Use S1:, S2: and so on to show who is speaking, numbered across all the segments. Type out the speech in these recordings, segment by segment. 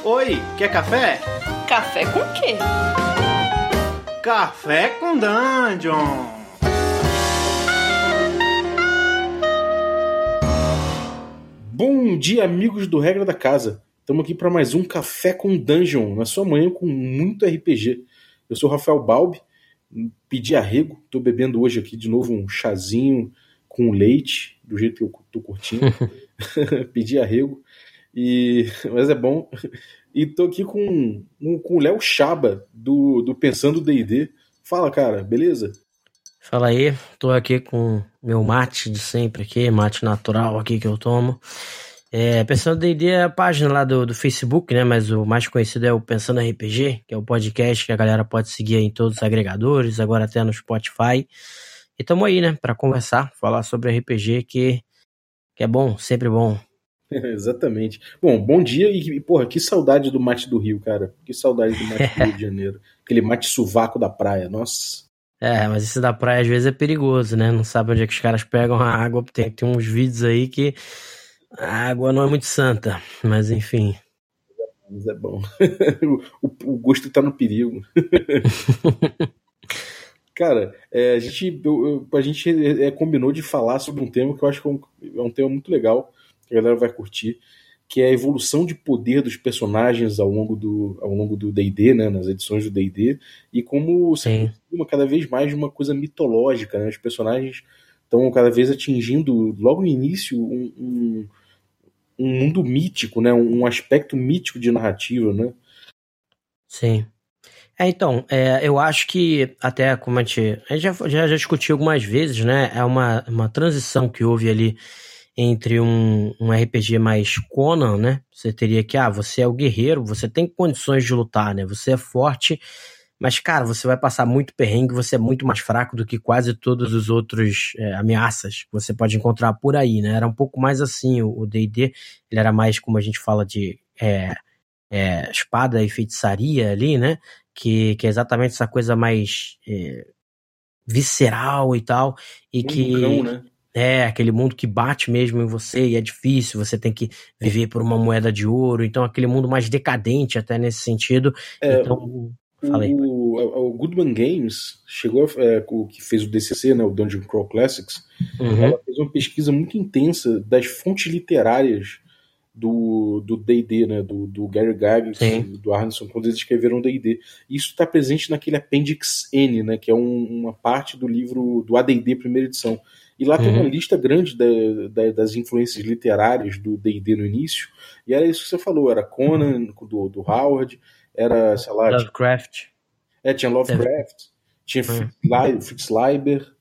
S1: Oi, quer café?
S2: Café com quê?
S1: Café com Dungeon!
S3: Bom dia, amigos do Regra da Casa. Estamos aqui para mais um Café com Dungeon, na sua manhã com muito RPG. Eu sou o Rafael Balbi, pedi arrego, estou bebendo hoje aqui de novo um chazinho com leite, do jeito que eu estou curtindo. Pedi arrego, mas é bom. E tô aqui com o Léo Chaba, do Pensando D&D. Fala, cara, beleza?
S4: Fala aí, tô aqui com meu mate de sempre aqui, mate natural aqui que eu tomo. Pensando D&D é a página lá do Facebook, né? Mas o mais conhecido é o Pensando RPG, que é o podcast que a galera pode seguir em todos os agregadores, agora até no Spotify. E tamo aí, né? Pra conversar, falar sobre RPG, que é bom, sempre bom.
S3: Exatamente. Bom dia e, porra, que saudade do mate do Rio, cara. Que saudade do mate do Rio de Janeiro. Aquele mate sovaco da praia, nossa.
S4: Mas esse da praia às vezes é perigoso, né? Não sabe onde é que os caras pegam a água. Tem uns vídeos aí que a água não é muito santa, mas enfim.
S3: Mas é bom. O gosto tá no perigo. Cara, a gente combinou de falar sobre um tema que eu acho que é um tema muito legal, que a galera vai curtir, que é a evolução de poder dos personagens ao longo do D&D, né, nas edições do D&D, e como se aproxima cada vez mais de uma coisa mitológica, né? Os personagens estão cada vez atingindo, logo no início, um mundo mítico, né? Um aspecto mítico de narrativa, né?
S4: Sim. Então, eu acho que até como a gente já discutiu algumas vezes, né? É uma transição que houve ali entre um RPG mais Conan, né? Você teria que, você é o guerreiro, você tem condições de lutar, né? Você é forte, mas, cara, você vai passar muito perrengue, você é muito mais fraco do que quase todos os outros ameaças que você pode encontrar por aí, né? Era um pouco mais assim, o D&D, ele era mais, como a gente fala, de espada e feitiçaria ali, né? Que é exatamente essa coisa mais visceral e tal, e
S3: Cão, né?
S4: Aquele mundo que bate mesmo em você e é difícil, você tem que viver por uma moeda de ouro, então aquele mundo mais decadente até nesse sentido. Então, falei.
S3: O Goodman Games chegou, o que fez o DCC, né, o Dungeon Crawl Classics, ela fez uma pesquisa muito intensa das fontes literárias do D&D, né, do Gary Gygax e do Arneson, quando eles escreveram D&D. Isso está presente naquele Appendix N, né, que é uma parte do livro do AD&D primeira edição. E lá tem uma lista grande das influências literárias do D&D no início, e era isso que você falou, era Conan, do Howard, era, sei lá...
S4: Lovecraft.
S3: Tinha Lovecraft, tinha Fritz Leiber,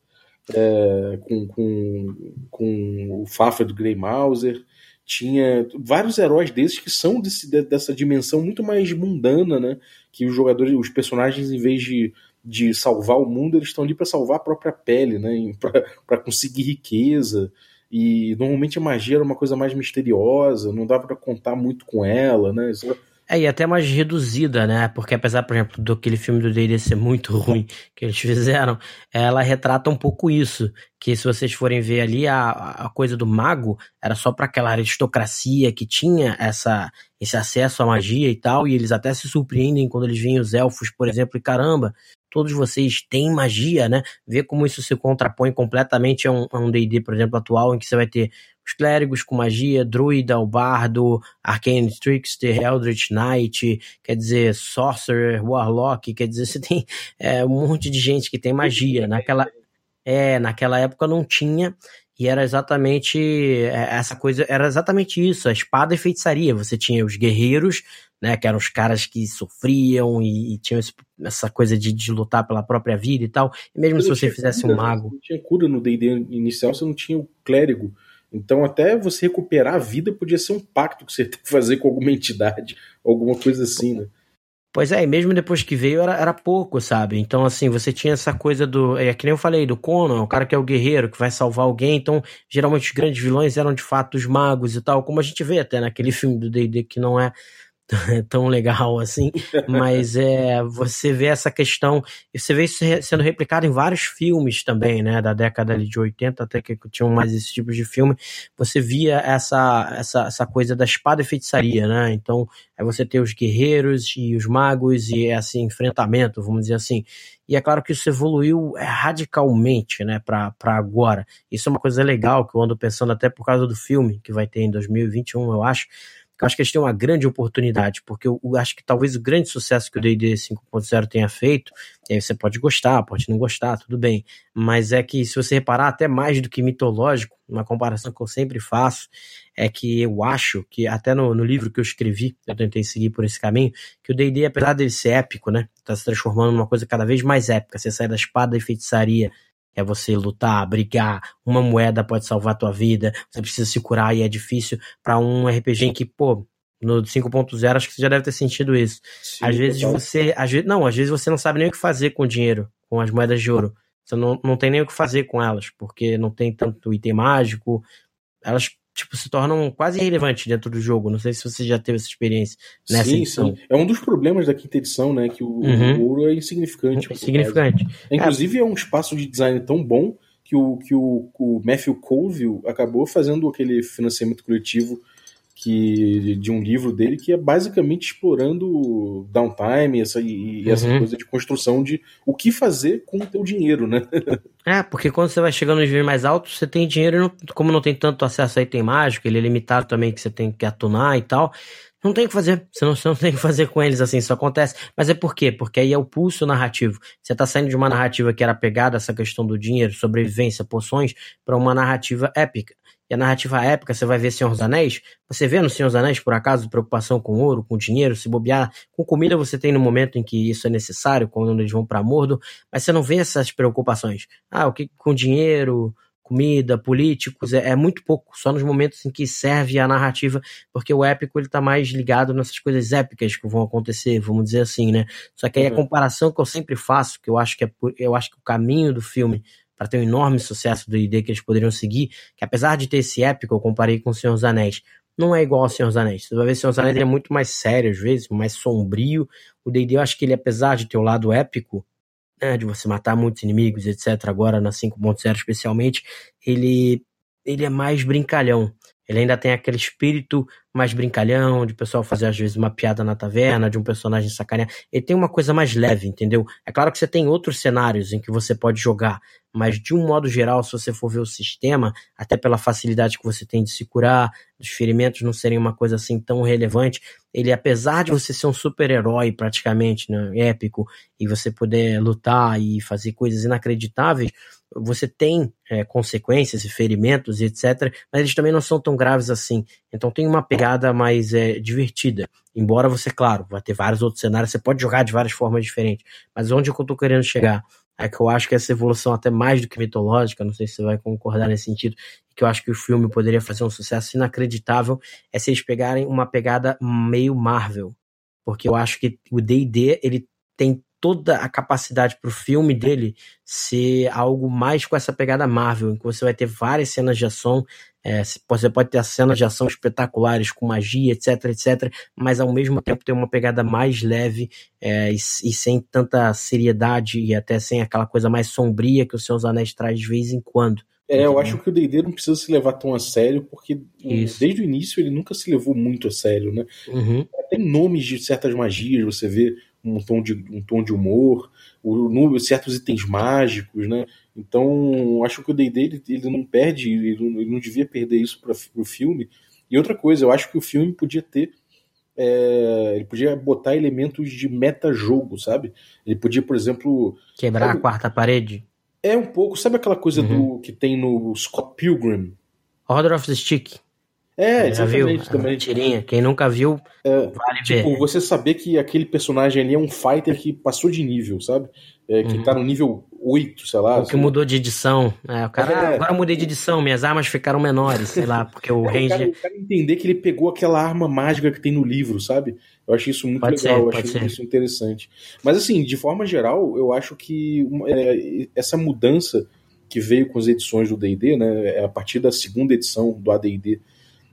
S3: com o Fafhrd do Grey Mauser, tinha vários heróis desses que são dessa dimensão muito mais mundana, né? Que os personagens, em vez de salvar o mundo, eles estão ali para salvar a própria pele, né? Para conseguir riqueza. E normalmente a magia era uma coisa mais misteriosa, não dava para contar muito com ela, né?
S4: E até mais reduzida, né? Porque apesar, por exemplo, daquele filme do D&D ser muito ruim que eles fizeram, ela retrata um pouco isso. Que se vocês forem ver ali, a coisa do mago era só para aquela aristocracia que tinha esse acesso à magia e tal, e eles até se surpreendem quando eles veem os elfos, por exemplo, e caramba, todos vocês têm magia, né? Ver como isso se contrapõe completamente a um D&D, por exemplo, atual, em que você vai ter os clérigos com magia, druida, o bardo, arcane trickster, eldritch knight, quer dizer, sorcerer, warlock, quer dizer, você tem um monte de gente que tem magia. Naquela época não tinha, e era exatamente essa coisa, era exatamente isso, a espada e feitiçaria. Você tinha os guerreiros, né, que eram os caras que sofriam e tinham essa coisa de lutar pela própria vida e tal, e mesmo se você fizesse um mago...
S3: Não tinha cura no D&D inicial, você não tinha o clérigo, então até você recuperar a vida podia ser um pacto que você tem que fazer com alguma entidade, alguma coisa assim, né?
S4: Pois e mesmo depois que veio era pouco, sabe? Então, assim, você tinha essa coisa que nem eu falei, do Conan, o cara que é o guerreiro, que vai salvar alguém. Então, geralmente os grandes vilões eram de fato os magos e tal, como a gente vê até naquele filme do D&D que não é tão legal assim, mas você vê essa questão, e você vê isso sendo replicado em vários filmes também, né, da década ali de 80, até que tinham mais esse tipo de filme, você via essa coisa da espada e feitiçaria, né, então aí você tem os guerreiros e os magos e esse enfrentamento, vamos dizer assim, e é claro que isso evoluiu radicalmente, né, para agora. Isso é uma coisa legal que eu ando pensando até por causa do filme que vai ter em 2021, eu acho que eles têm uma grande oportunidade, porque eu acho que talvez o grande sucesso que o D&D 5.0 tenha feito, e aí você pode gostar, pode não gostar, tudo bem, mas é que se você reparar, até mais do que mitológico, uma comparação que eu sempre faço, é que eu acho que, até no livro que eu escrevi, eu tentei seguir por esse caminho, que o D&D, apesar dele ser épico, né, tá se transformando numa coisa cada vez mais épica, você sai da espada e feitiçaria, é você lutar, brigar, uma moeda pode salvar a tua vida, você precisa se curar e é difícil para um RPG em que, pô, no 5.0 acho que você já deve ter sentido isso.
S3: Sim,
S4: Às vezes às vezes você não sabe nem o que fazer com o dinheiro, com as moedas de ouro. Você não tem nem o que fazer com elas, porque não tem tanto item mágico, elas tipo, se tornam quase irrelevantes dentro do jogo. Não sei se você já teve essa experiência nessa edição.
S3: Sim. É um dos problemas da quinta edição, né? Que o ouro é insignificante.
S4: Insignificante.
S3: Inclusive, é um espaço de design tão bom que o Matthew Colville acabou fazendo aquele financiamento coletivo de um livro dele que é basicamente explorando downtime essa coisa de construção de o que fazer com o teu dinheiro, né?
S4: Porque quando você vai chegando no nível mais alto, você tem dinheiro, como não tem tanto acesso a item mágico, ele é limitado também, que você tem que atunar e tal, não tem o que fazer, você não tem o que fazer com eles assim, isso acontece. Mas é por quê? Porque aí é o pulso narrativo. Você tá saindo de uma narrativa que era pegada essa questão do dinheiro, sobrevivência, poções, para uma narrativa épica. E a narrativa épica, você vai ver Senhor dos Anéis, você vê no Senhor dos Anéis, por acaso, preocupação com ouro, com dinheiro, se bobear, com comida você tem no momento em que isso é necessário, quando eles vão pra Mordor, mas você não vê essas preocupações. O que com dinheiro, comida, políticos, é muito pouco, só nos momentos em que serve a narrativa, porque o épico ele tá mais ligado nessas coisas épicas que vão acontecer, vamos dizer assim, né? Só que aí a comparação que eu sempre faço, que eu acho que o caminho do filme para ter um enorme sucesso do D&D que eles poderiam seguir, que apesar de ter esse épico, eu comparei com o Senhor dos Anéis, não é igual ao Senhor dos Anéis. Você vai ver o Senhor dos Anéis, ele é muito mais sério às vezes, mais sombrio. O D&D eu acho que ele, apesar de ter o lado épico, né, de você matar muitos inimigos, etc., agora na 5.0 especialmente, ele é mais brincalhão. Ele ainda tem aquele espírito mais brincalhão, de o pessoal fazer às vezes uma piada na taverna, de um personagem sacanear. Ele tem uma coisa mais leve, entendeu? É claro que você tem outros cenários em que você pode jogar, mas de um modo geral, se você for ver o sistema, até pela facilidade que você tem de se curar, dos ferimentos não serem uma coisa assim tão relevante, ele, apesar de você ser um super-herói praticamente, né, épico, e você poder lutar e fazer coisas inacreditáveis, você tem consequências e ferimentos e etc, mas eles também não são tão graves assim. Então tem uma pegada mais divertida. Embora você, claro, vai ter vários outros cenários, você pode jogar de várias formas diferentes. Mas onde eu tô querendo chegar é que eu acho que essa evolução até mais do que mitológica, não sei se você vai concordar nesse sentido, que eu acho que o filme poderia fazer um sucesso inacreditável, é se eles pegarem uma pegada meio Marvel. Porque eu acho que o D&D, ele tem toda a capacidade pro filme dele ser algo mais com essa pegada Marvel, em que você vai ter várias cenas de ação, você pode ter cenas de ação espetaculares com magia, etc, mas ao mesmo tempo ter uma pegada mais leve e sem tanta seriedade e até sem aquela coisa mais sombria que o Senhor dos Anéis traz de vez em quando.
S3: Eu acho que o D&D não precisa se levar tão a sério, porque desde o início ele nunca se levou muito a sério, né? Tem nomes de certas magias, você vê um tom de humor, certos itens mágicos, né? Então, acho que o D&D ele não perde, ele não devia perder isso para o filme. E outra coisa, eu acho que o filme podia ter ele podia botar elementos de meta-jogo, sabe? Ele podia, por exemplo...
S4: Quebrar a quarta parede?
S3: Um pouco. Sabe aquela coisa que tem no Scott Pilgrim?
S4: Order of the Stick.
S3: Exatamente.
S4: Já viu? Também. Tirinha. Quem nunca viu, vale ver.
S3: Tipo, você saber que aquele personagem ali é um fighter que passou de nível, sabe? Que tá no nível 8, sei lá.
S4: O que mudou de edição. O cara, agora eu mudei de edição, minhas armas ficaram menores, sei lá, porque o range...
S3: O cara entender que ele pegou aquela arma mágica que tem no livro, sabe? Eu acho isso muito legal, eu acho isso interessante. Mas assim, de forma geral, eu acho que essa mudança que veio com as edições do D&D, né, a partir da segunda edição do AD&D,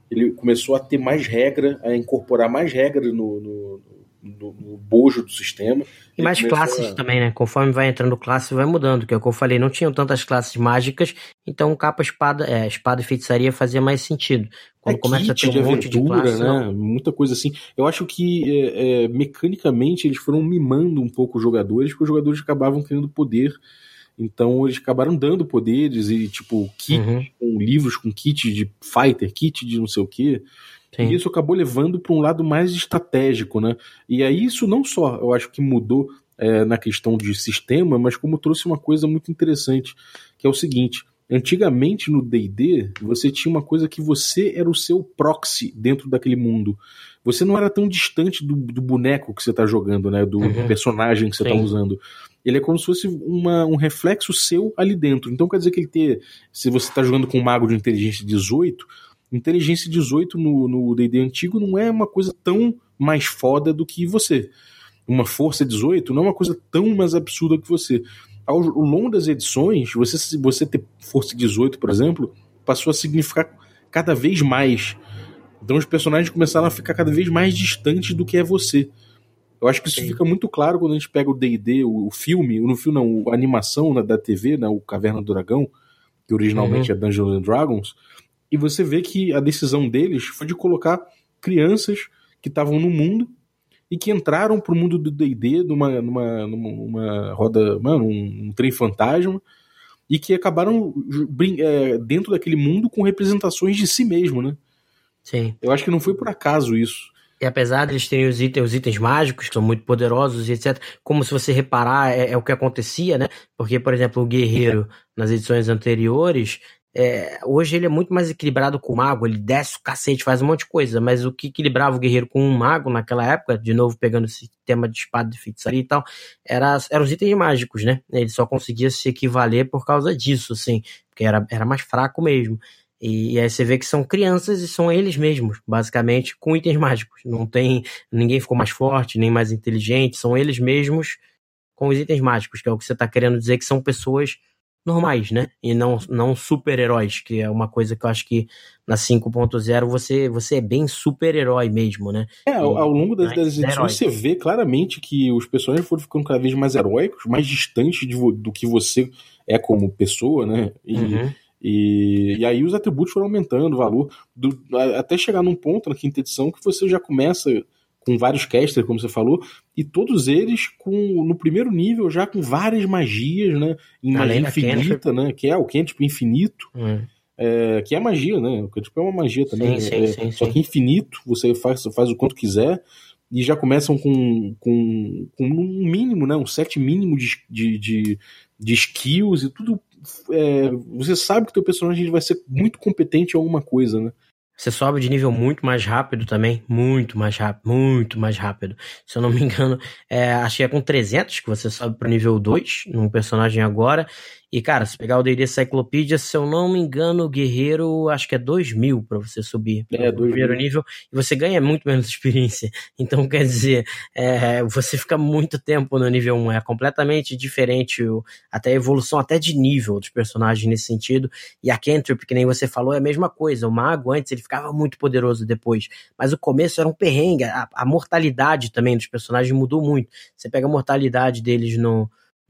S3: ele começou a ter mais regra, a incorporar mais regra no bojo do sistema.
S4: E mais classes também, né? Conforme vai entrando classe, vai mudando, que é o que eu falei, não tinham tantas classes mágicas, então capa, espada e feitiçaria fazia mais sentido. Quando começa a ter um monte de classe,
S3: né? Muita coisa assim. Eu acho que mecanicamente eles foram mimando um pouco os jogadores, porque os jogadores acabavam tendo poder. Então eles acabaram dando poderes e tipo kit, com livros com kit de fighter, kit de não sei o quê. Sim. E isso acabou levando para um lado mais estratégico, né? E aí isso não só, eu acho que mudou na questão de sistema, mas como trouxe uma coisa muito interessante, que é o seguinte: antigamente no D&D, você tinha uma coisa que você era o seu proxy dentro daquele mundo. Você não era tão distante do boneco que você está jogando, né? Do personagem que você está usando. Ele é como se fosse um reflexo seu ali dentro. Então quer dizer que se você está jogando com um mago de inteligência 18, inteligência 18 no D&D antigo não é uma coisa tão mais foda do que você. Uma força 18 não é uma coisa tão mais absurda que você. Ao longo das edições, você ter força 18, por exemplo, passou a significar cada vez mais. Então os personagens começaram a ficar cada vez mais distantes do que é você. Eu acho que isso fica muito claro quando a gente pega o D&D, o filme, a animação da TV, né, o Caverna do Dragão, que originalmente é Dungeons and Dragons, e você vê que a decisão deles foi de colocar crianças que estavam no mundo e que entraram pro mundo do D&D numa roda, um trem fantasma, e que acabaram dentro daquele mundo com representações de si mesmo, né?
S4: Sim.
S3: Eu acho que não foi por acaso isso.
S4: E apesar de eles terem os itens mágicos, que são muito poderosos e etc., como se você reparar, é o que acontecia, né? Porque, por exemplo, o guerreiro, nas edições anteriores, hoje ele é muito mais equilibrado com o mago, ele desce o cacete, faz um monte de coisa, mas o que equilibrava o guerreiro com um mago naquela época, de novo pegando esse tema de espada de feitiçaria e tal, eram os itens mágicos, né? Ele só conseguia se equivaler por causa disso, assim, porque era mais fraco mesmo. E aí você vê que são crianças e são eles mesmos, basicamente, com itens mágicos. Ninguém ficou mais forte, nem mais inteligente, são eles mesmos com os itens mágicos, que é o que você tá querendo dizer, que são pessoas normais, né? E não super-heróis, que é uma coisa que eu acho que na 5.0 você é bem super-herói mesmo, né?
S3: Ao longo das edições você vê claramente que os personagens foram ficando cada vez mais heróicos, mais distantes do que você é como pessoa, né? E aí os atributos foram aumentando o valor, até chegar num ponto na quinta edição que você já começa com vários casters, como você falou, e todos eles no primeiro nível já com várias magias, né? Em magia infinita, né? Que é o cantrip infinito, que é magia, né? O cantrip é uma magia também.
S4: Sim.
S3: Só que infinito, você faz o quanto quiser, e já começam com um mínimo, né? Um set mínimo de skills e tudo. Você sabe que o teu personagem vai ser muito competente em alguma coisa, né?
S4: Você sobe de nível muito mais rápido também, muito mais rápido. Se eu não me engano, acho que é com 300 que você sobe pro nível 2, num personagem agora. E, cara, se pegar o D&D Cyclopedia, se eu não me engano, o guerreiro, acho que é 2.000 pra você subir pro primeiro nível, e você ganha muito menos experiência. Então, quer dizer, você fica muito tempo no nível 1, é completamente diferente, até a evolução até de nível dos personagens nesse sentido. E a cantrip, que nem você falou, é a mesma coisa. O mago, antes, ele ficava muito poderoso depois, mas o começo era um perrengue. A mortalidade também dos personagens mudou muito. Você pega a mortalidade deles no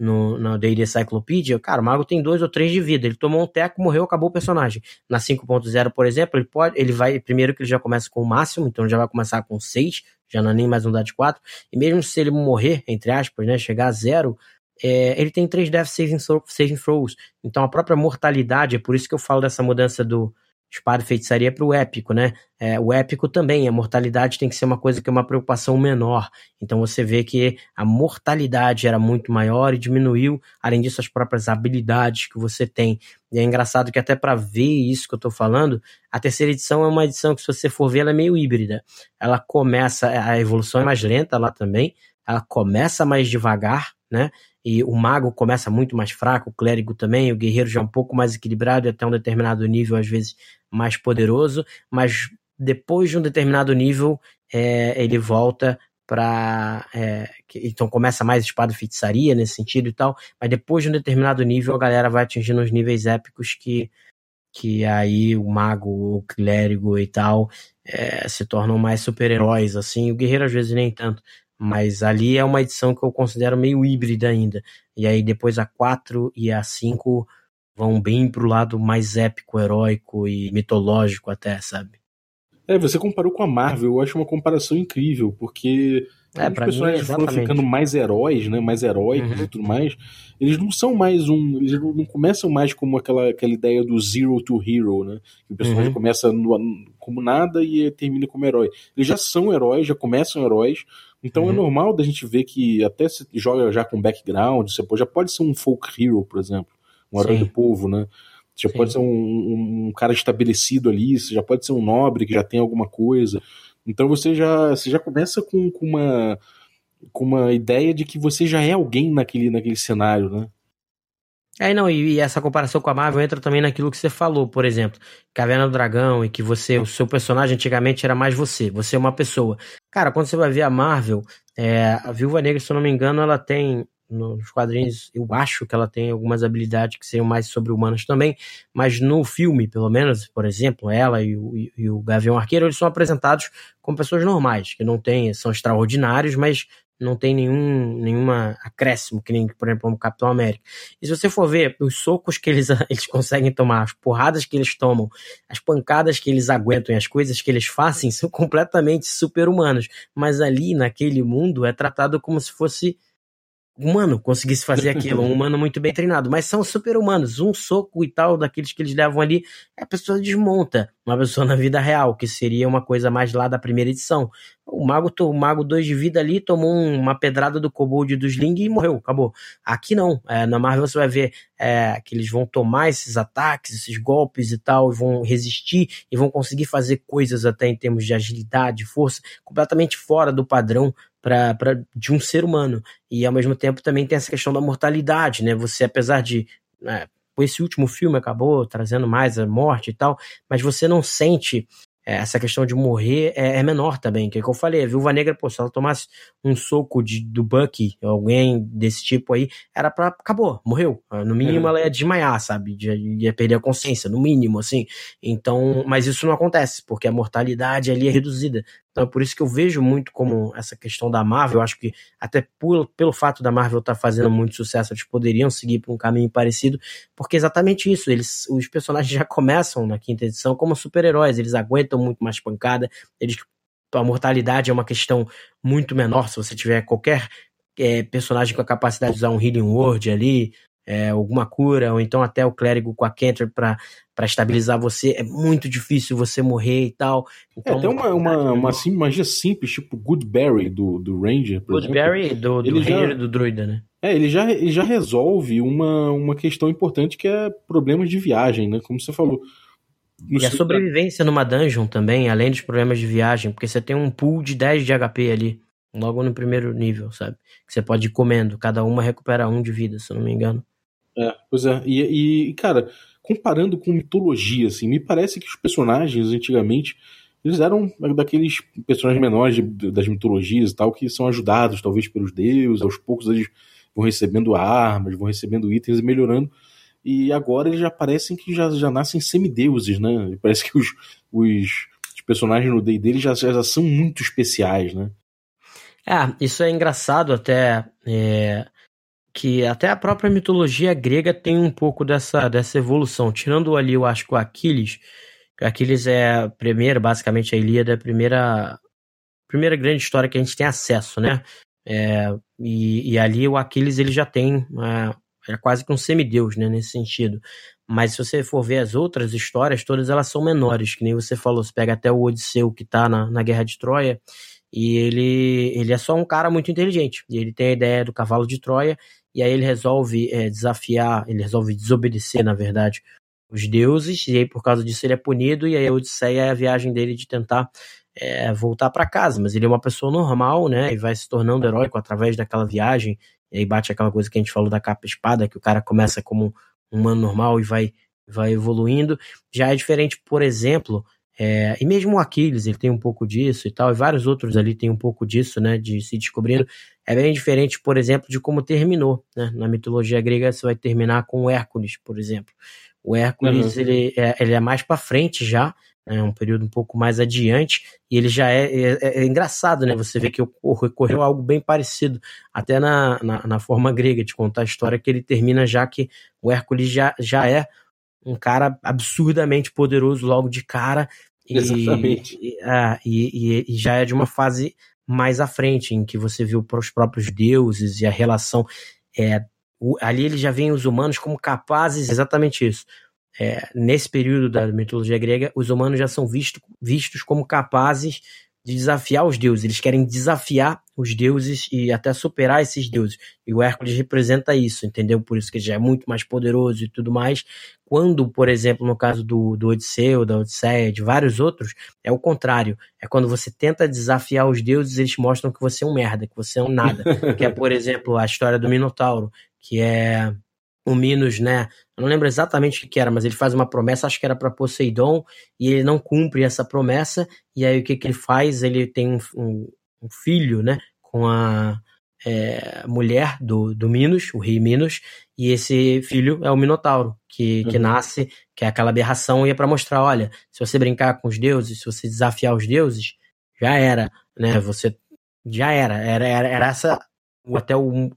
S4: D&D Cyclopedia, cara, o mago tem 2 ou 3 de vida, ele tomou um teco, morreu, acabou o personagem. Na 5.0, por exemplo, ele vai, primeiro que ele já começa com o máximo, então ele já vai começar com 6, já não é nem mais um dado de 4, e mesmo se ele morrer, entre aspas, né, chegar a 0, ele tem 3 Death Saving Throws, então a própria mortalidade, é por isso que eu falo dessa mudança do espada e feitiçaria para o épico, né? O épico também, a mortalidade tem que ser uma coisa que é uma preocupação menor. Então você vê que a mortalidade era muito maior e diminuiu, além disso, as próprias habilidades que você tem. E é engraçado que até para ver isso que eu tô falando, a terceira edição é uma edição que, se você for ver, ela é meio híbrida. Ela começa, a evolução é mais lenta lá também, ela começa mais devagar, né? E o mago começa muito mais fraco, o clérigo também, o guerreiro já é um pouco mais equilibrado e até um determinado nível, às vezes, mais poderoso, mas depois de um determinado nível, ele volta para... então começa mais espada e feitiçaria nesse sentido e tal, mas depois de um determinado nível, a galera vai atingindo os níveis épicos que que aí o mago, o clérigo e tal se tornam mais super-heróis, assim, o guerreiro às vezes nem tanto, mas ali é uma edição que eu considero meio híbrida ainda, e aí depois a 4 e a 5 vão bem pro lado mais épico, heróico e mitológico até, sabe?
S3: Você comparou com a Marvel, eu acho uma comparação incrível, porque quando os
S4: Pra mim,
S3: personagens foram
S4: exatamente.
S3: ficando mais heróis, né, mais heróicos e tudo mais, eles não são mais eles não começam mais como aquela ideia do Zero to Hero, né, que o personagem começa como nada e termina como herói. Eles já são heróis, já começam heróis, então é normal da gente ver que até se joga já com background, você já pode ser um folk hero, por exemplo, um herói do povo, né? Você já pode ser um cara estabelecido ali, você já pode ser um nobre que já tem alguma coisa. Então você já começa com uma ideia de que você já é alguém naquele cenário, né?
S4: Não, e essa comparação com a Marvel entra também naquilo que você falou, por exemplo, Caverna do Dragão, e que o seu personagem antigamente era mais você é uma pessoa. Cara, quando você vai ver a Marvel, a Viúva Negra, se eu não me engano, ela tem, nos quadrinhos, eu acho que ela tem algumas habilidades que seriam mais sobre-humanas também, mas no filme, pelo menos, por exemplo, ela e o Gavião Arqueiro, eles são apresentados como pessoas normais, que não tem, são extraordinários, mas não tem nenhuma acréscimo, que nem, por exemplo, o Capitão América. E se você for ver os socos que eles conseguem tomar, as porradas que eles tomam, as pancadas que eles aguentam e as coisas que eles fazem são completamente super-humanos. Mas ali, naquele mundo, é tratado como se fosse humano, conseguisse fazer aquilo, um humano muito bem treinado, mas são super-humanos, um soco e tal, daqueles que eles levam ali, a pessoa desmonta uma pessoa na vida real, que seria uma coisa mais lá da primeira edição. O Mago 2 de vida ali tomou uma pedrada do Kobold do Sling e morreu, acabou. Aqui não, na Marvel você vai ver que eles vão tomar esses ataques, esses golpes e tal, e vão resistir e vão conseguir fazer coisas até em termos de agilidade, força, completamente fora do padrão de um ser humano. E ao mesmo tempo também tem essa questão da mortalidade, né? Você, apesar de esse último filme acabou trazendo mais a morte e tal, mas você não sente essa questão de morrer é menor também, que é o que eu falei, a Viúva Negra, se ela tomasse um soco do Bucky, alguém desse tipo aí, acabou, morreu, no mínimo ela ia desmaiar, sabe, ia perder a consciência, no mínimo, assim, então, mas isso não acontece, porque a mortalidade ali é reduzida, então é por isso que eu vejo muito como essa questão da Marvel, eu acho que até pelo fato da Marvel estar fazendo muito sucesso, eles poderiam seguir por um caminho parecido, porque é exatamente isso, os personagens já começam na quinta edição como super-heróis, eles aguentam muito mais pancada, a mortalidade é uma questão muito menor, se você tiver qualquer personagem com a capacidade de usar um Healing Word ali, alguma cura, ou então até o clérigo com a Cantrip para estabilizar você, é muito difícil você morrer e tal. Então,
S3: até uma magia simples, tipo Goodberry do Ranger, por
S4: Goodberry do Ranger e do Druida, né?
S3: Ele já resolve uma questão importante que é problemas de viagem, né? Como você falou.
S4: E a sobrevivência numa dungeon também, além dos problemas de viagem, porque você tem um pool de 10 de HP ali, logo no primeiro nível, sabe? Que você pode ir comendo, cada uma recupera 1 de vida, se eu não me engano.
S3: Pois é, e cara, comparando com mitologia, assim, me parece que os personagens, antigamente, eles eram daqueles personagens menores das mitologias e tal, que são ajudados, talvez, pelos deuses, aos poucos eles vão recebendo armas, vão recebendo itens e melhorando, e agora eles já parecem que já nascem semideuses, né? Parece que os personagens no D&D já são muito especiais, né?
S4: Isso é engraçado até, que até a própria mitologia grega tem um pouco dessa evolução. Tirando ali, eu acho que o Aquiles é a primeira, basicamente a Ilíada, a primeira grande história que a gente tem acesso, né? E ali o Aquiles ele já tem é quase que um semideus, né, nesse sentido. Mas se você for ver as outras histórias, todas elas são menores, que nem você falou, você pega até o Odisseu que tá na Guerra de Troia, e ele é só um cara muito inteligente, e ele tem a ideia do cavalo de Troia, e aí ele resolve ele resolve desobedecer, na verdade, os deuses, e aí por causa disso ele é punido, e aí a Odisseia é a viagem dele de tentar voltar para casa, mas ele é uma pessoa normal, né, e vai se tornando heróico através daquela viagem, e aí bate aquela coisa que a gente falou da capa e espada, que o cara começa como um humano normal e vai evoluindo. Já é diferente, por exemplo, e mesmo o Aquiles, ele tem um pouco disso e tal, e vários outros ali tem um pouco disso, né, de se descobrindo. É bem diferente, por exemplo, de como terminou, né? Na mitologia grega você vai terminar com o Hércules, por exemplo. O Hércules, ele é mais pra frente já, né, um período um pouco mais adiante, e ele já é engraçado, né? Você vê que ocorreu algo bem parecido, até na forma grega, de contar a história, que ele termina já que o Hércules já é um cara absurdamente poderoso logo de cara,
S3: Exatamente.
S4: E já é de uma fase mais à frente, em que você viu os próprios deuses e a relação. Ali ele já vê os humanos como capazes, exatamente isso. Nesse período da mitologia grega, os humanos já são vistos como capazes de desafiar os deuses. Eles querem desafiar os deuses e até superar esses deuses. E o Hércules representa isso, entendeu? Por isso que ele já é muito mais poderoso e tudo mais. Quando, por exemplo, no caso do Odisseu, da Odisseia, de vários outros, é o contrário. É quando você tenta desafiar os deuses, eles mostram que você é um merda, que você é um nada. Que é, por exemplo, a história do Minotauro, que é o Minos, né? Eu não lembro exatamente o que era, mas ele faz uma promessa, acho que era para Poseidon, e ele não cumpre essa promessa, e aí o que ele faz? Ele tem um filho, né? Com a mulher do Minos, o rei Minos, e esse filho é o Minotauro, que nasce, que é aquela aberração, e é para mostrar, olha, se você brincar com os deuses, se você desafiar os deuses, já era, né? Você já era essa até o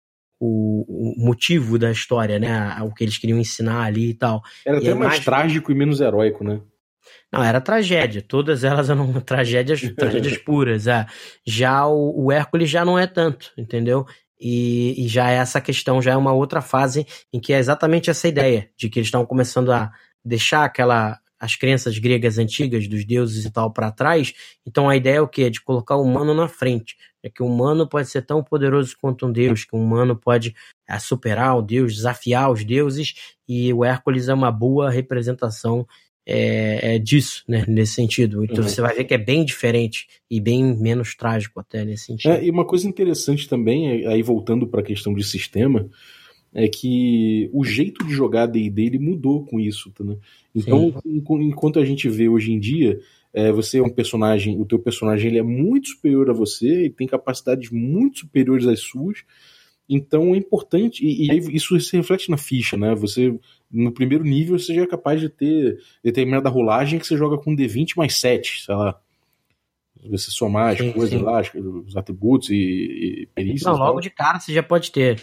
S4: motivo da história, né? O que eles queriam ensinar ali e tal.
S3: Era até mais trágico e menos heróico, né?
S4: Não, era tragédia. Todas elas eram tragédias puras. Já o Hércules já não é tanto, entendeu? E já essa questão já é uma outra fase em que é exatamente essa ideia de que eles estão começando a deixar as crenças gregas antigas dos deuses e tal para trás. Então a ideia é o quê? De colocar o humano na frente. É que o humano pode ser tão poderoso quanto um deus, que o humano pode superar o deus, desafiar os deuses, e o Hércules é uma boa representação disso, né, nesse sentido. Então você vai ver que é bem diferente e bem menos trágico até nesse sentido.
S3: E uma coisa interessante também, aí voltando para a questão de sistema, é que o jeito de jogar D&D ele mudou com isso, tá, né? Então, enquanto a gente vê hoje em dia, você é um personagem, o teu personagem ele é muito superior a você e tem capacidades muito superiores às suas, então é importante, e aí isso se reflete na ficha, né? Você, no primeiro nível, você já é capaz de ter determinada rolagem que você joga com D20 mais 7, sei lá. Você somar as coisas lá, os atributos e perícias.
S4: Não, logo de cara você já pode ter.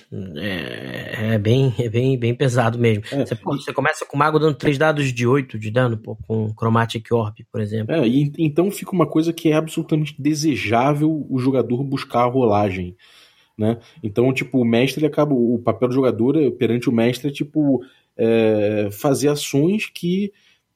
S4: É bem pesado mesmo. Você começa com o mago dando 3 dados de 8 de dano, com Chromatic Orb, por exemplo.
S3: Então fica uma coisa que é absolutamente desejável o jogador buscar a rolagem, né? Então, tipo, o mestre acaba. O papel do jogador perante o mestre é tipo fazer ações que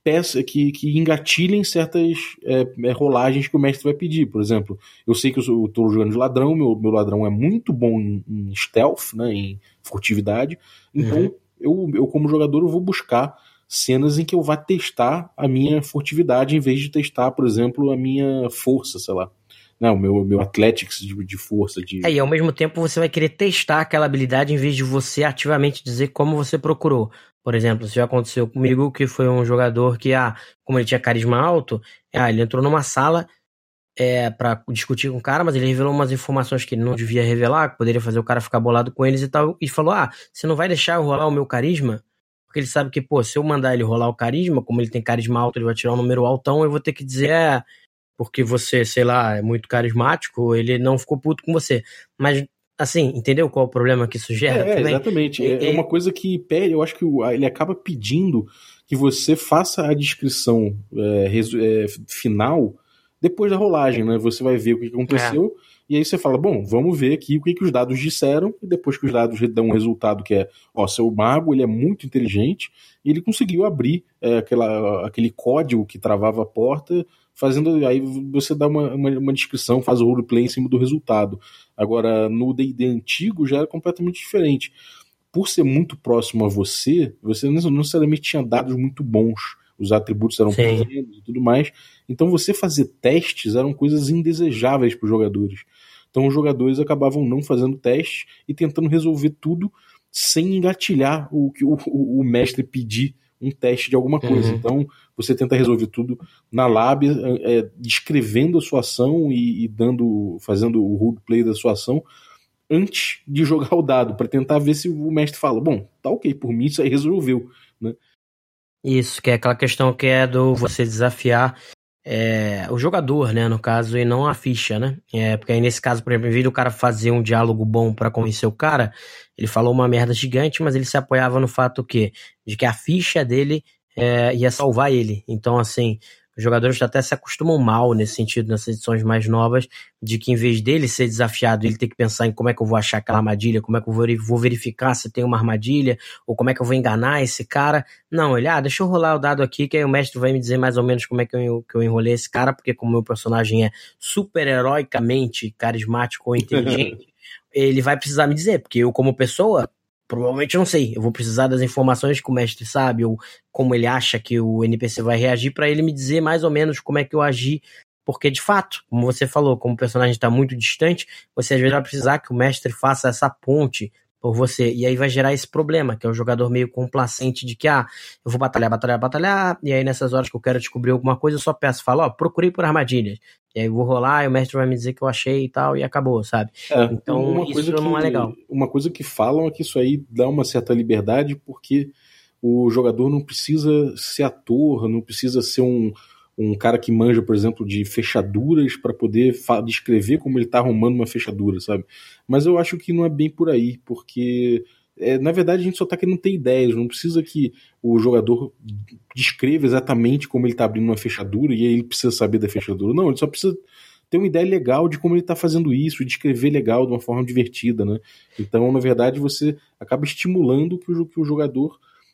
S3: engatilhem certas rolagens que o mestre vai pedir. Por exemplo, eu sei que eu estou jogando de ladrão, meu ladrão é muito bom em stealth, né, em furtividade, então eu como jogador eu vou buscar cenas em que eu vá testar a minha furtividade em vez de testar, por exemplo, a minha força, sei lá. Não, o meu athletics de força.
S4: E ao mesmo tempo você vai querer testar aquela habilidade em vez de você ativamente dizer como você procurou. Por exemplo, isso já aconteceu comigo, que foi um jogador que, como ele tinha carisma alto, ele entrou numa sala pra discutir com o cara, mas ele revelou umas informações que ele não devia revelar, que poderia fazer o cara ficar bolado com eles e tal, e falou, você não vai deixar eu rolar o meu carisma? Porque ele sabe que, se eu mandar ele rolar o carisma, como ele tem carisma alto, ele vai tirar um número altão, eu vou ter que dizer, porque você, sei lá, é muito carismático, ele não ficou puto com você. Mas, assim, entendeu qual é o problema que isso gera?
S3: Exatamente. É uma coisa que pede, eu acho que ele acaba pedindo que você faça a descrição final depois da rolagem, né? Você vai ver o que aconteceu e aí você fala, bom, vamos ver aqui o que os dados disseram, e depois que os dados dão um resultado que seu mago, ele é muito inteligente e ele conseguiu abrir aquele código que travava a porta, fazendo, aí você dá uma descrição, faz o roleplay em cima do resultado. Agora, no D&D antigo já era completamente diferente. Por ser muito próximo a você não necessariamente tinha dados muito bons, os atributos eram pequenos e tudo mais, então você fazer testes eram coisas indesejáveis para os jogadores. Então os jogadores acabavam não fazendo testes e tentando resolver tudo sem engatilhar o que o mestre pedir um teste de alguma coisa. Então você tenta resolver tudo na lábia, descrevendo a sua ação e fazendo o roleplay da sua ação antes de jogar o dado, para tentar ver se o mestre fala, bom, tá ok, por mim isso aí resolveu, né?
S4: Isso, que é aquela questão que é do você desafiar o jogador, né, no caso, e não a ficha, né? Porque aí nesse caso, por exemplo, em vez do cara fazer um diálogo bom pra convencer o cara, ele falou uma merda gigante, mas ele se apoiava no fato de que a ficha dele ia salvar ele. Então, assim, os jogadores até se acostumam mal nesse sentido, nessas edições mais novas, de que em vez dele ser desafiado, ele ter que pensar em como é que eu vou achar aquela armadilha, como é que eu vou verificar se tem uma armadilha, ou como é que eu vou enganar esse cara. Não, ele, deixa eu rolar o dado aqui, que aí o mestre vai me dizer mais ou menos como é que eu enrolei esse cara, porque como o meu personagem é super-heroicamente carismático ou inteligente, ele vai precisar me dizer, porque eu como pessoa, provavelmente eu não sei, eu vou precisar das informações que o mestre sabe, ou como ele acha que o NPC vai reagir, pra ele me dizer mais ou menos como é que eu agi, porque de fato, como você falou, como o personagem está muito distante, você às vezes vai precisar que o mestre faça essa ponte por você, e aí vai gerar esse problema, que é o jogador meio complacente de que, eu vou batalhar, e aí nessas horas que eu quero descobrir alguma coisa, eu só peço, falo, procurei por armadilhas, e aí eu vou rolar, e o mestre vai me dizer que eu achei e tal, e acabou, sabe? Então isso não é legal.
S3: Uma coisa que falam é que isso aí dá uma certa liberdade, porque o jogador não precisa ser ator, não precisa ser um cara que manja, por exemplo, de fechaduras para poder descrever como ele tá arrumando uma fechadura, sabe? Mas eu acho que não é bem por aí, porque na verdade a gente só tá querendo ter ideias, não precisa que o jogador descreva exatamente como ele tá abrindo uma fechadura e aí ele precisa saber da fechadura. Não, ele só precisa ter uma ideia legal de como ele tá fazendo isso, e descrever legal, de uma forma divertida, né? Então, na verdade, você acaba estimulando que o jogador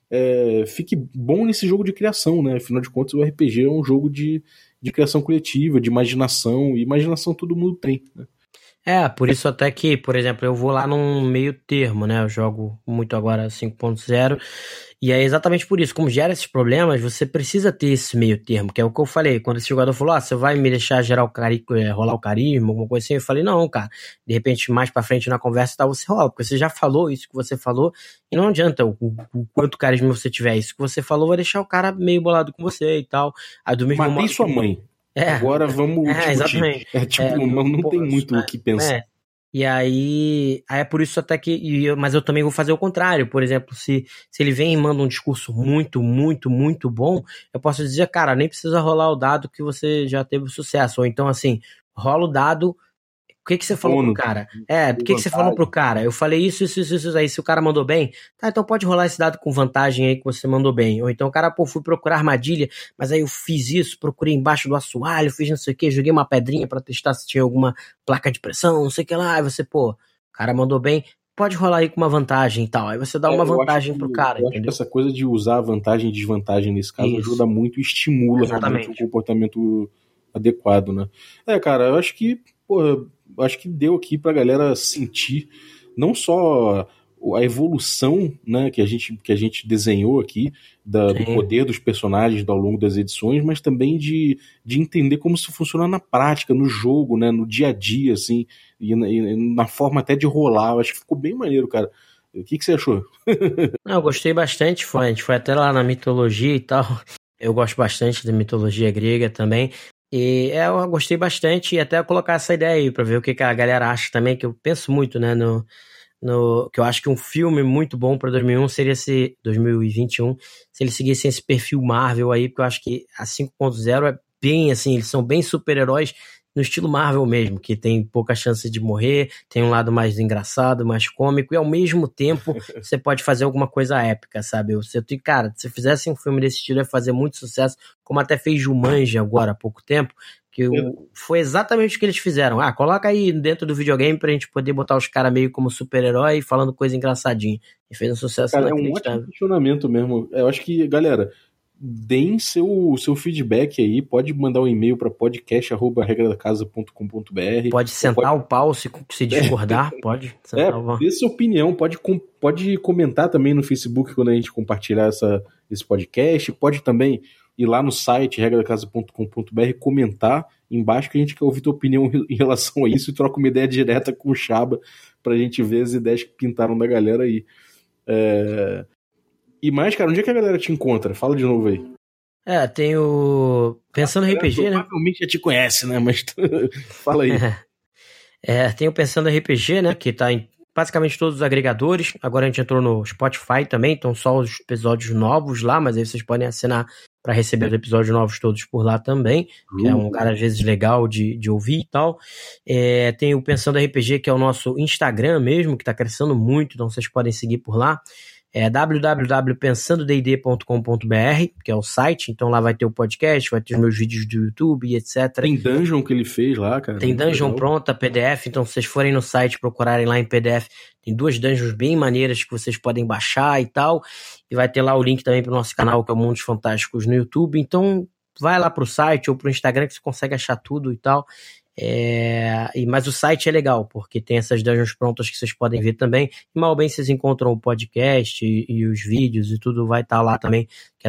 S3: fique bom nesse jogo de criação, né? Afinal de contas, o RPG é um jogo de criação coletiva, de imaginação, e imaginação todo mundo tem, né?
S4: Por isso até que, por exemplo, eu vou lá num meio termo, né? Eu jogo muito agora 5.0, e é exatamente por isso, como gera esses problemas, você precisa ter esse meio termo, que é o que eu falei, quando esse jogador falou, você vai me deixar gerar rolar o carisma, alguma coisa assim, eu falei, não, cara, de repente mais pra frente na conversa e tal, você rola, porque você já falou isso que você falou, e não adianta o quanto carisma você tiver, isso que você falou vai deixar o cara meio bolado com você e tal. Aí do mesmo
S3: Matei sua mãe. Agora vamos discutir.
S4: Exatamente.
S3: Não tem muito o que pensar.
S4: E aí é por isso até que... Mas eu também vou fazer o contrário. Por exemplo, se ele vem e manda um discurso muito, muito, muito bom, eu posso dizer, cara, nem precisa rolar o dado que você já teve sucesso. Ou então, assim, rola o dado... O que você falou pro cara? O que você falou pro cara? Eu falei isso aí. Se o cara mandou bem, tá, então pode rolar esse dado com vantagem aí que você mandou bem. Ou então o cara, fui procurar armadilha, mas aí eu fiz isso, procurei embaixo do assoalho, fiz não sei o que, joguei uma pedrinha pra testar se tinha alguma placa de pressão, não sei o que lá. Aí você, o cara mandou bem, pode rolar aí com uma vantagem e tal. Aí você dá uma vantagem pro cara,
S3: eu
S4: entendeu?
S3: Acho que essa coisa de usar vantagem e desvantagem nesse caso ajuda muito e estimula realmente o comportamento adequado, né? Cara, eu acho que, acho que deu aqui pra galera sentir não só a evolução, né, que a gente desenhou aqui do poder dos personagens ao longo das edições, mas também de entender como isso funciona na prática, no jogo, né, no dia a dia, assim, e na forma até de rolar. Eu acho que ficou bem maneiro, cara. O que você achou?
S4: Eu gostei bastante, a gente foi até lá na mitologia e tal. Eu gosto bastante da mitologia grega também. E eu gostei bastante, e até colocar essa ideia aí pra ver o que a galera acha também, que eu penso muito, né, que eu acho que um filme muito bom pra 2001 seria 2021, se eles seguissem esse perfil Marvel aí, porque eu acho que a 5.0 é bem assim, eles são bem super-heróis no estilo Marvel mesmo, que tem pouca chance de morrer, tem um lado mais engraçado, mais cômico, e ao mesmo tempo você pode fazer alguma coisa épica, sabe? Cara, se fizesse um filme desse estilo ia fazer muito sucesso, como até fez Jumanji agora há pouco tempo, que foi exatamente o que eles fizeram. Coloca aí dentro do videogame pra gente poder botar os caras meio como super-herói falando coisa engraçadinha. E fez um sucesso inacreditável.
S3: É um ótimo questionamento mesmo. Eu acho que, galera, deem seu feedback aí, pode mandar um e-mail para podcast@regradacasa.com.br.
S4: Pode sentar o pau se discordar, pode sentar o pau.
S3: Dê sua opinião, pode comentar também no Facebook quando a gente compartilhar esse podcast, pode também ir lá no site regradacasa.com.br, comentar embaixo que a gente quer ouvir tua opinião em relação a isso e troca uma ideia direta com o Chaba pra gente ver as ideias que pintaram da galera aí. E mais, cara, onde é que a galera te encontra? Fala de novo aí.
S4: Tem o Pensando RPG, né?
S3: Provavelmente já te conhece, né? Mas fala aí.
S4: Tem o Pensando RPG, né? Que tá em basicamente todos os agregadores. Agora a gente entrou no Spotify também, então só os episódios novos lá, mas aí vocês podem assinar para receber os episódios novos todos por lá também, que é um lugar às vezes legal de ouvir e tal. Tem o Pensando RPG, que é o nosso Instagram mesmo, que está crescendo muito, então vocês podem seguir por lá. www.pensandodd.com.br, que é o site, então lá vai ter o podcast, vai ter os meus vídeos do YouTube e etc.
S3: Tem dungeon que ele fez lá, cara.
S4: Tem dungeon pronta, PDF, então se vocês forem no site procurarem lá em PDF, tem 2 dungeons bem maneiras que vocês podem baixar e tal, e vai ter lá o link também pro nosso canal, que é o Mundos Fantásticos no YouTube, então vai lá pro site ou pro Instagram que você consegue achar tudo e tal. Mas o site é legal, porque tem essas dungeons prontas que vocês podem ver também, e mal bem vocês encontram o podcast e os vídeos e tudo vai estar lá também, que é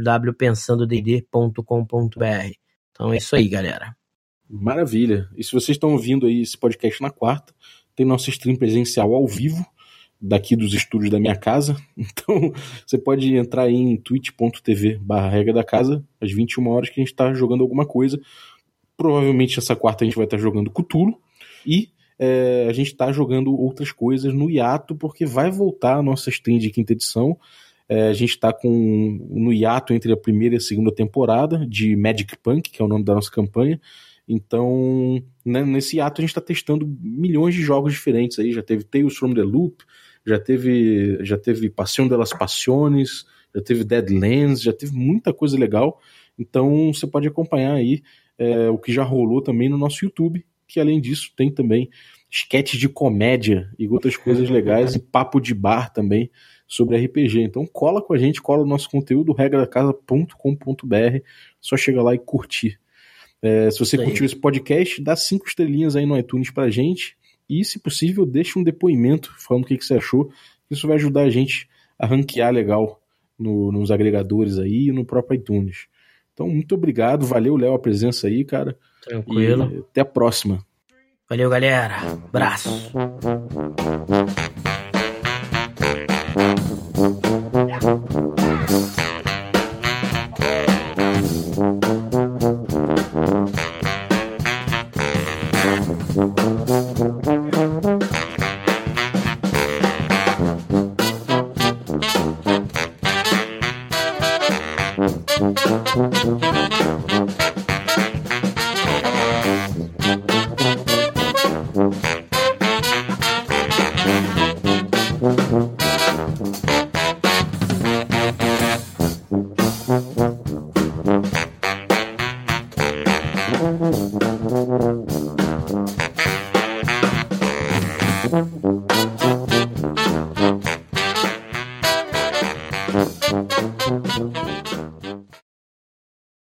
S4: www.pensandodd.com.br. Então é isso aí, galera.
S3: Maravilha. E se vocês estão ouvindo aí esse podcast na quarta, tem nosso stream presencial ao vivo, daqui dos estúdios da minha casa. Então você pode entrar aí em twitch.tv/regra da casa, às 21 horas, que a gente está jogando alguma coisa. Provavelmente essa quarta a gente vai estar jogando Cthulhu e a gente está jogando outras coisas no hiato, porque vai voltar a nossa stream de quinta edição. A gente está no hiato entre a primeira e a segunda temporada de Magic Punk, que é o nome da nossa campanha. Então, né, nesse hiato a gente está testando milhões de jogos diferentes aí. Já teve Tales from the Loop, já teve Passion de las Passiones, já teve Deadlands, já teve muita coisa legal. Então você pode acompanhar aí o que já rolou também no nosso YouTube, que além disso tem também sketches de comédia e outras coisas legais, e papo de bar também sobre RPG. Então cola com a gente, cola o nosso conteúdo, regradacasa.com.br, só chega lá e curtir. Se você curtiu esse podcast, dá 5 estrelinhas aí no iTunes pra gente, e se possível deixa um depoimento falando o que você achou. Isso vai ajudar a gente a ranquear legal nos agregadores aí e no próprio iTunes. Então, muito obrigado. Valeu, Léo, a presença aí, cara.
S4: Tranquilo.
S3: E até a próxima.
S4: Valeu, galera. Abraço.
S2: Thank you.